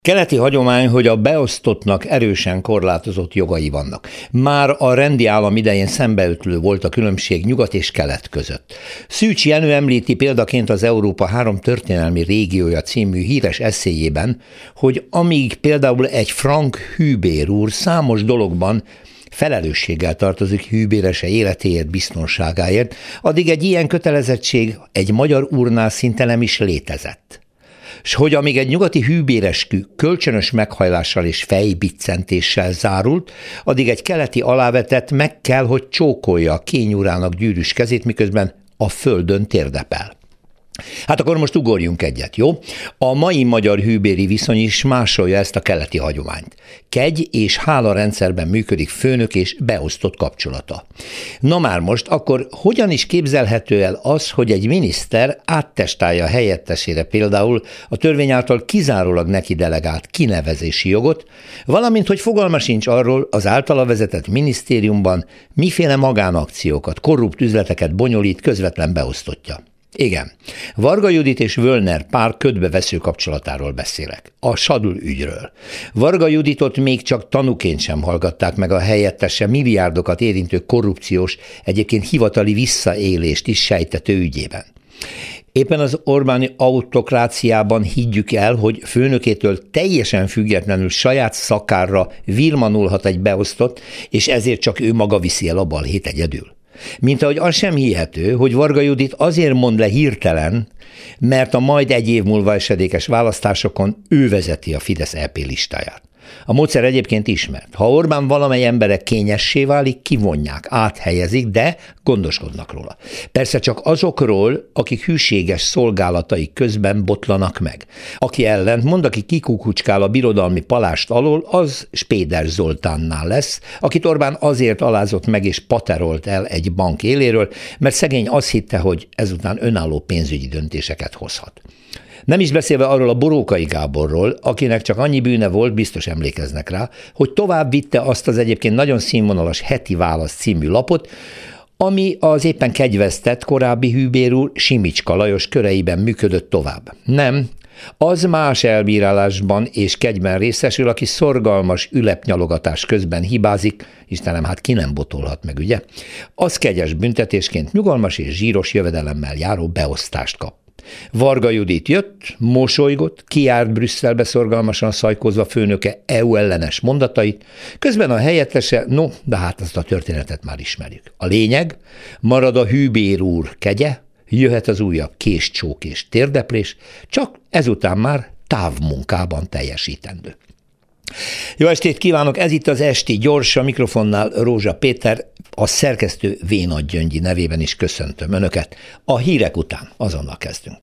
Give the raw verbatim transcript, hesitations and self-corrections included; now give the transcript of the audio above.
Keleti hagyomány, hogy a beosztottnak erősen korlátozott jogai vannak. Már a rendi állam idején szembeötlő volt a különbség nyugat és kelet között. Szűcs Jenő említi példaként az Európa három történelmi régiója című híres esszéjében, hogy amíg például egy Frank Hűbér úr számos dologban felelősséggel tartozik hűbérese életéért, biztonságáért, addig egy ilyen kötelezettség egy magyar úrnál szinte nem is létezett. S hogy amíg egy nyugati hűbéreskü kölcsönös meghajlással és fejbiccentéssel zárult, addig egy keleti alávetett meg kell, hogy csókolja a kényurának gyűrűs kezét, miközben a földön térdepel. Hát akkor most ugorjunk egyet, jó? A mai magyar hűbéri viszony is másolja ezt a keleti hagyományt. Kegy és hála rendszerben működik főnök és beosztott kapcsolata. Na már most, akkor hogyan is képzelhető el az, hogy egy miniszter áttestálja helyettesére például a törvény által kizárólag neki delegált kinevezési jogot, valamint hogy fogalma sincs arról az általa vezetett minisztériumban miféle magánakciókat, korrupt üzleteket bonyolít közvetlen beosztottja. Igen, Varga Judit és Völner pár ködbevesző kapcsolatáról beszélek, a Sadul ügyről. Varga Juditot még csak tanúként sem hallgatták meg a helyettese milliárdokat érintő korrupciós, egyébként hivatali visszaélést is sejtető ügyében. Éppen az Orbáni autokráciában higgyük el, hogy főnökétől teljesen függetlenül saját szakárra virmanulhat egy beosztott, és ezért csak ő maga viszi el a balhét egyedül. Mint ahogy az sem hihető, hogy Varga Judit azért mond le hirtelen, mert a majd egy év múlva esedékes választásokon ő vezeti a Fidesz é pé listáját. A módszer egyébként ismert. Ha Orbán valamely embere kényessé válik, kivonják, áthelyezik, de gondoskodnak róla. Persze csak azokról, akik hűséges szolgálataik közben botlanak meg. Aki ellent mond, aki kikukucskál a birodalmi palást alól, az Spéder Zoltánnál lesz, akit Orbán azért alázott meg és paterolt el egy bank éléről, mert szegény azt hitte, hogy ezután önálló pénzügyi döntéseket hozhat. Nem is beszélve arról a Borókai Gáborról, akinek csak annyi bűne volt, biztos emlékeznek rá, hogy tovább vitte azt az egyébként nagyon színvonalas Heti Válasz című lapot, ami az éppen kegyvesztett korábbi hűbér úr Simicska Lajos köreiben működött tovább. Nem, az más elbírálásban és kegyben részesül, aki szorgalmas ülepnyalogatás közben hibázik, Istenem, hát ki nem botolhat meg, ugye? Az kegyes büntetésként nyugalmas és zsíros jövedelemmel járó beosztást kap. Varga Judit jött, mosolygott, kijárt Brüsszelbe szorgalmasan szajkozva főnöke é u ellenes mondatait, közben a helyettese, no, de hát azt a történetet már ismerjük. A lényeg, marad a hűbér úr kegye, jöhet az újabb késcsók és térdeplés, csak ezután már távmunkában teljesítendő. Jó estét kívánok, ez itt az Esti Gyors, a mikrofonnál Rózsa Péter, a szerkesztő Vénagy Gyöngyi nevében is köszöntöm Önöket. A hírek után azonnal kezdünk.